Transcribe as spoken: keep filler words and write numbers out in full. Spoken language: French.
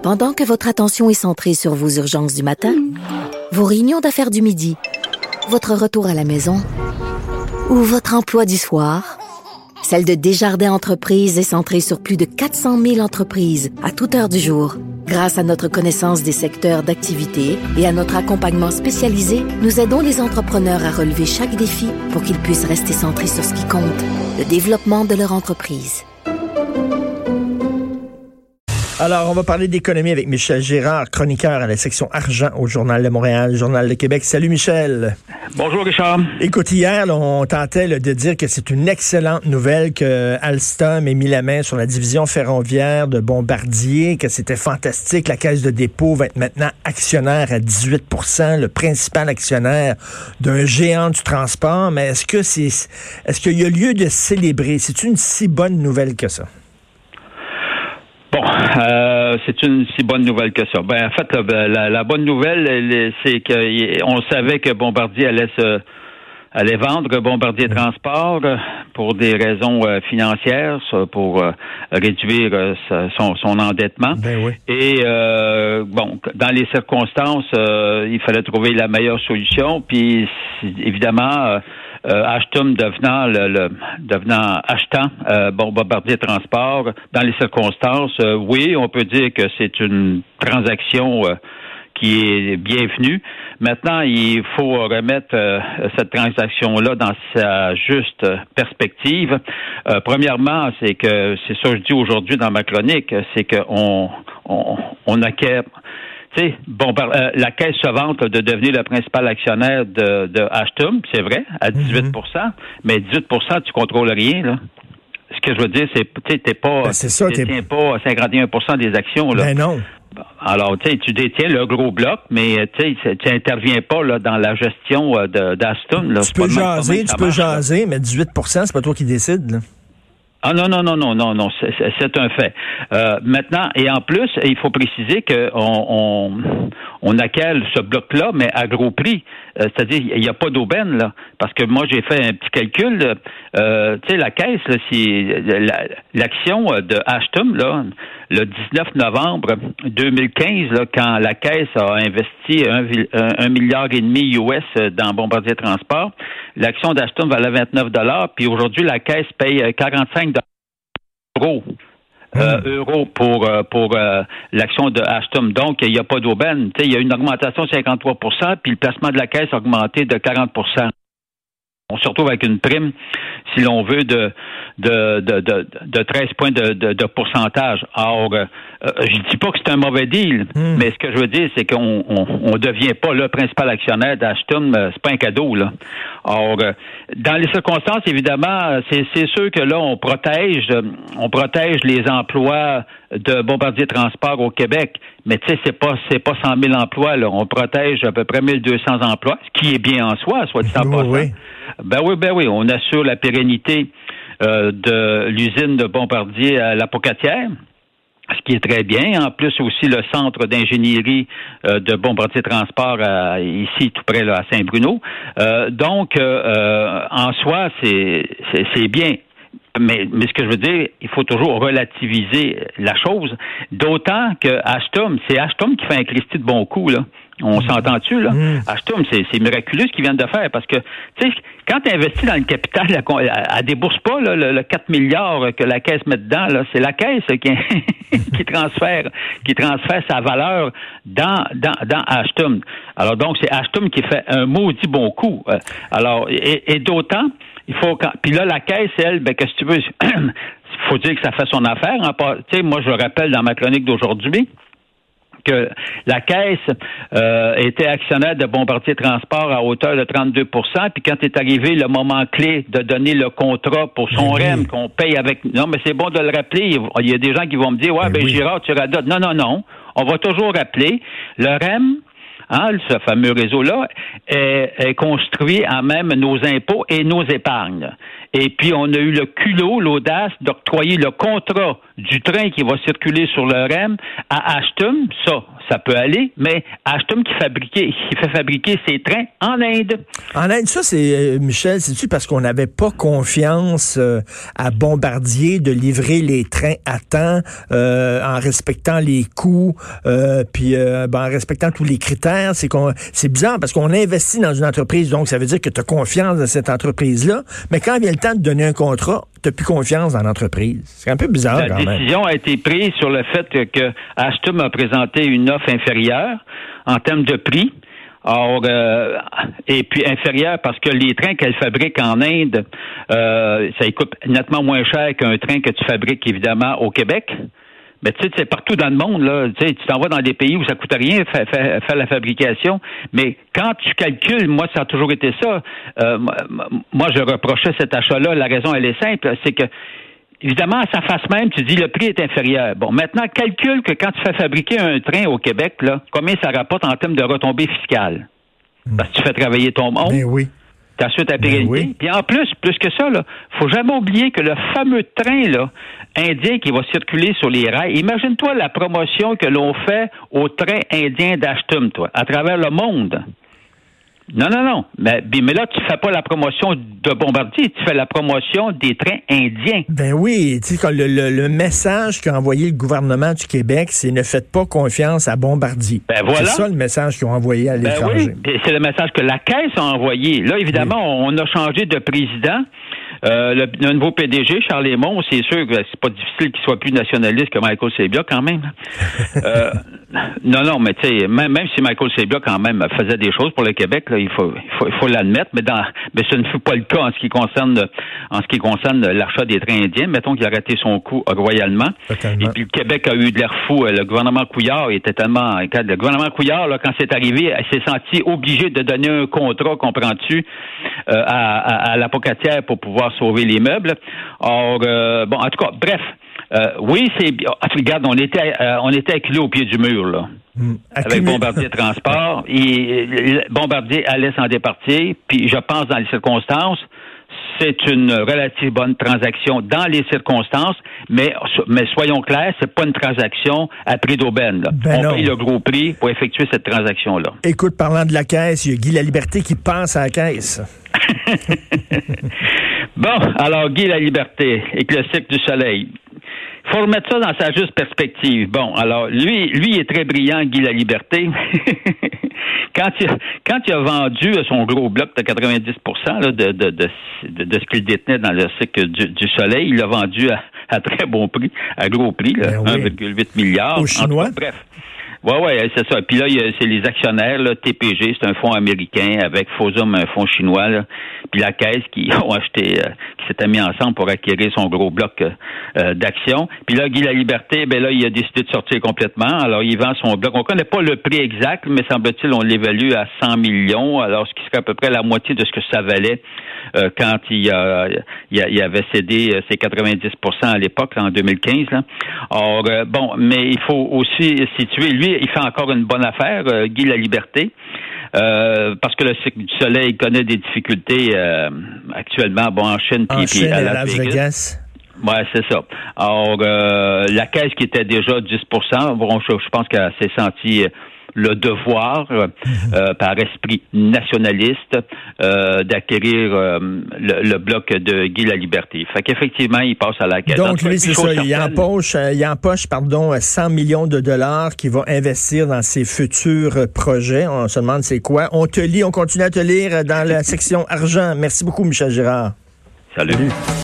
Pendant que votre attention est centrée sur vos urgences du matin, vos réunions d'affaires du midi, votre retour à la maison ou votre emploi du soir, celle de Desjardins Entreprises est centrée sur plus de quatre cent mille entreprises à toute heure du jour. Grâce à notre connaissance des secteurs d'activité et à notre accompagnement spécialisé, nous aidons les entrepreneurs à relever chaque défi pour qu'ils puissent rester centrés sur ce qui compte, le développement de leur entreprise. Alors, on va parler d'économie avec Michel Gérard, chroniqueur à la section argent au Journal de Montréal, Journal de Québec. Salut Michel. Bonjour Richard. Écoute, hier, là, on tentait là, de dire que c'est une excellente nouvelle que Alstom ait mis la main sur la division ferroviaire de Bombardier, que c'était fantastique. La Caisse de dépôt va être maintenant actionnaire à dix-huit pour cent, le principal actionnaire d'un géant du transport. Mais est-ce que c'est, est-ce qu'il y a lieu de célébrer? C'est une si bonne nouvelle que ça? Bon, euh, c'est une si bonne nouvelle que ça. Ben, en fait, la, la, la bonne nouvelle, elle, c'est qu'on savait que Bombardier allait se allait vendre Bombardier Transport pour des raisons euh, financières, pour euh, réduire euh, son, son endettement. Ben oui. Et euh, bon, dans les circonstances, euh, il fallait trouver la meilleure solution. Puis évidemment. Euh, Euh, Alstom devenant le, le devenant achetant euh, bon Bombardier Transport dans les circonstances, euh, oui, on peut dire que c'est une transaction euh, qui est bienvenue. Maintenant, il faut remettre euh, cette transaction-là dans sa juste perspective. Euh, premièrement, c'est que c'est ça que je dis aujourd'hui dans ma chronique, c'est qu'on on, on acquiert. Tu sais, bon, euh, la caisse se vante de devenir le principal actionnaire de, de Alstom, c'est vrai, à dix-huit pour cent, mm-hmm. mais dix-huit pour cent, tu contrôles rien, là. Ce que je veux dire, c'est, tu sais, t'es pas, ben c'est ça, tu détiens t'es... pas cinquante et un pour cent des actions, là. Ben non. Alors, tu sais, tu détiens le gros bloc, mais tu sais, tu interviens pas, là, dans la gestion de, d'Alstom, là. Tu peux jaser, tu peux jaser, mais dix-huit pour cent, c'est pas toi qui décides, là. Ah non, non, non, non, non, non, c'est, c'est un fait. Euh, maintenant, et en plus, il faut préciser qu'on on, on acquiert ce bloc-là, mais à gros prix. Euh, c'est-à-dire, il n'y a pas d'aubaine, là. Parce que moi, j'ai fait un petit calcul. Euh, tu sais, la caisse, là, si, la, l'action de Alstom, là, le dix-neuf novembre deux mille quinze, là, quand la caisse a investi un, un, un milliard et demi U S dans Bombardier Transport, l'action d'Alstom valait vingt-neuf dollars, puis aujourd'hui, la caisse paye quarante-cinq euros. Euh, mmh. euros pour euh, pour euh, l'action de Alstom. Donc, il n'y a pas d'aubaine. Tu sais, il y a une augmentation de cinquante-trois pour cent, puis le placement de la caisse a augmenté de quarante pour cent. On se retrouve avec une prime, si l'on veut, de de de de, de treize points de, de, de pourcentage. Or, euh, je dis pas que c'est un mauvais deal, mmh. mais ce que je veux dire, c'est qu'on on, on devient pas le principal actionnaire d'Alstom. C'est pas un cadeau, là. Or, euh, dans les circonstances, évidemment, c'est c'est sûr que là, on protège, on protège les emplois de Bombardier Transport au Québec. Mais tu sais, c'est pas c'est pas cent mille emplois, là. On protège à peu près mille deux cents emplois, ce qui est bien en soi, soit dit en passant. Oui. Ben oui, ben oui, on assure la pérennité euh, de l'usine de Bombardier à la Pocatière, ce qui est très bien. En plus, aussi le centre d'ingénierie euh, de Bombardier Transport à, ici, tout près là, à Saint-Bruno. Euh, donc, euh, en soi, c'est, c'est, c'est bien. Mais, mais ce que je veux dire, il faut toujours relativiser la chose. D'autant que Alstom, c'est Alstom qui fait un Christy de bon coup, là. On mmh. s'entend-tu, là? Mmh. Alstom, c'est, c'est miraculeux ce qu'ils viennent de faire parce que, tu sais, quand tu investis dans le capital, elle, elle, elle débourse pas là, le, le quatre milliards que la caisse met dedans, là. C'est la caisse qui, qui transfère qui transfère sa valeur dans, dans, dans Alstom. Alors donc, c'est Alstom qui fait un maudit bon coup. Alors, et, et d'autant, il faut quand. Puis là, la caisse, elle, ben, qu'est-ce que tu veux? Il faut dire que ça fait son affaire. Hein? Tu sais, moi, je le rappelle dans ma chronique d'aujourd'hui que la Caisse euh, était actionnaire de Bombardier Transport à hauteur de trente-deux pour cent, puis quand est arrivé le moment clé de donner le contrat pour son oui. R E M qu'on paye avec... Non, mais c'est bon de le rappeler. Il y a des gens qui vont me dire « Ouais, ben, ben oui. Girard, tu radotes. » Non, non, non. On va toujours rappeler. Le R E M, hein, ce fameux réseau-là, est, est construit à même nos impôts et nos épargnes. Et puis, on a eu le culot, l'audace d'octroyer le contrat du train qui va circuler sur le R E M à Alstom. Ça, ça peut aller, mais Alstom qui, fabriquait, qui fait fabriquer ses trains en Inde. En Inde, ça, c'est, euh, Michel, c'est-tu parce qu'on n'avait pas confiance euh, à Bombardier de livrer les trains à temps euh, en respectant les coûts, euh, puis euh, ben, en respectant tous les critères? C'est, qu'on, c'est bizarre parce qu'on investit dans une entreprise, donc ça veut dire que tu as confiance dans cette entreprise-là, mais quand vient le temps de donner un contrat, tu n'as plus confiance dans l'entreprise. C'est un peu bizarre La quand même. La décision a été prise sur le fait que Alstom a présenté une offre inférieure en termes de prix. Or, euh, et puis inférieure parce que les trains qu'elle fabrique en Inde, euh, ça coûte nettement moins cher qu'un train que tu fabriques évidemment au Québec. Mais tu sais, c'est partout dans le monde, là. Tu sais, tu t'en vas dans des pays où ça coûte rien faire, faire, faire la fabrication. Mais quand tu calcules, moi, ça a toujours été ça. Euh, moi, je reprochais cet achat-là. La raison, elle est simple, c'est que évidemment, à sa face même, tu dis le prix est inférieur. Bon, maintenant, calcule que quand tu fais fabriquer un train au Québec, là, combien ça rapporte en termes de retombées fiscales? Parce que tu fais travailler ton monde. Ben oui. T'assures ta pérennité. Oui. Puis en plus, plus que ça, là, faut jamais oublier que le fameux train là, indien qui va circuler sur les rails, imagine-toi la promotion que l'on fait au train indien d'Alstom, toi, à travers le monde. Non, non, non. Mais, mais là, tu fais pas la promotion de Bombardier, tu fais la promotion des trains indiens. Ben oui, tu sais, le, le, le message qu'a envoyé le gouvernement du Québec, c'est ne faites pas confiance à Bombardier. Ben voilà. C'est ça le message qu'ils ont envoyé à l'étranger. Ben oui, c'est le message que la Caisse a envoyé. Là, évidemment, oui. on a changé de président. Euh, le, le nouveau P D G, Charles Lemont, c'est sûr que c'est pas difficile qu'il soit plus nationaliste que Michael Sabia quand même. euh, non, non, mais tu sais, même, même si Michael Sabia quand même faisait des choses pour le Québec, là, il faut, il faut, il faut l'admettre, mais dans, mais ce ne fut pas le cas en ce qui concerne, en ce qui concerne l'achat des trains indiens. Mettons qu'il a raté son coup royalement. Totalement. Et puis le Québec a eu de l'air fou. Le gouvernement Couillard était tellement, le gouvernement Couillard, là, quand c'est arrivé, il s'est senti obligé de donner un contrat, comprends-tu, euh, à, à, à l'apocatière pour pouvoir sauver les meubles. Or, euh, bon, en tout cas, bref, euh, oui, c'est... Regarde, on était, euh, on était acculés au pied du mur, là. Mmh. Avec Bombardier Transport. Et Bombardier allait s'en départir. Puis, je pense, dans les circonstances, c'est une relative bonne transaction dans les circonstances, mais, mais soyons clairs, c'est pas une transaction à prix d'aubaine. Là. Ben On non. paye le gros prix pour effectuer cette transaction-là. Écoute, parlant de la Caisse, il y a Guy Laliberté qui pense à la Caisse. Bon, alors Guy Laliberté et le cycle du soleil. Il faut remettre ça dans sa juste perspective. Bon, alors, lui, lui il est très brillant, Guy Laliberté. quand, il, quand il a vendu son gros bloc de quatre-vingt-dix pour cent là, de, de, de, de, de ce qu'il détenait dans le cycle du, du soleil, il l'a vendu à, à très bon prix, à gros prix, là, ben oui. un virgule huit milliard. Aux Chinois? Tout, bref. Oui, oui, c'est ça. Puis là, il y a, c'est les actionnaires, là, T P G, c'est un fonds américain, avec Fosun, un fonds chinois, là, puis la Caisse qui ont acheté, euh, qui s'était mis ensemble pour acquérir son gros bloc euh, d'actions. Puis là, Guy Laliberté, ben là, il a décidé de sortir complètement. Alors, il vend son bloc. On connaît pas le prix exact, mais semble-t-il, on l'évalue à cent millions, alors ce qui serait à peu près la moitié de ce que ça valait euh, quand il, a, il, a, il avait cédé ses quatre-vingt-dix pour cent à l'époque, là, en deux mille quinze. Là. Or, euh, bon, mais il faut aussi situer, lui, il fait encore une bonne affaire, euh, Guy Laliberté, euh, parce que le cycle du soleil connaît des difficultés euh, actuellement, bon, en Chine puis à Las, Las Vegas. Vegas. Ouais, c'est ça. Alors, euh, la Caisse qui était déjà dix pour cent, bon, je, je pense qu'elle s'est sentie le devoir, euh, euh, par esprit nationaliste, euh, d'acquérir euh, le, le bloc de Guy Laliberté. Fait qu'effectivement, il passe à la Caisse. Donc, lui, c'est ça. Il empoche, euh, il empoche, pardon, cent millions de dollars qu'il va investir dans ses futurs projets. On se demande c'est quoi. On te lit, on continue à te lire dans la section argent. Merci beaucoup, Michel Girard. Salut. Salut.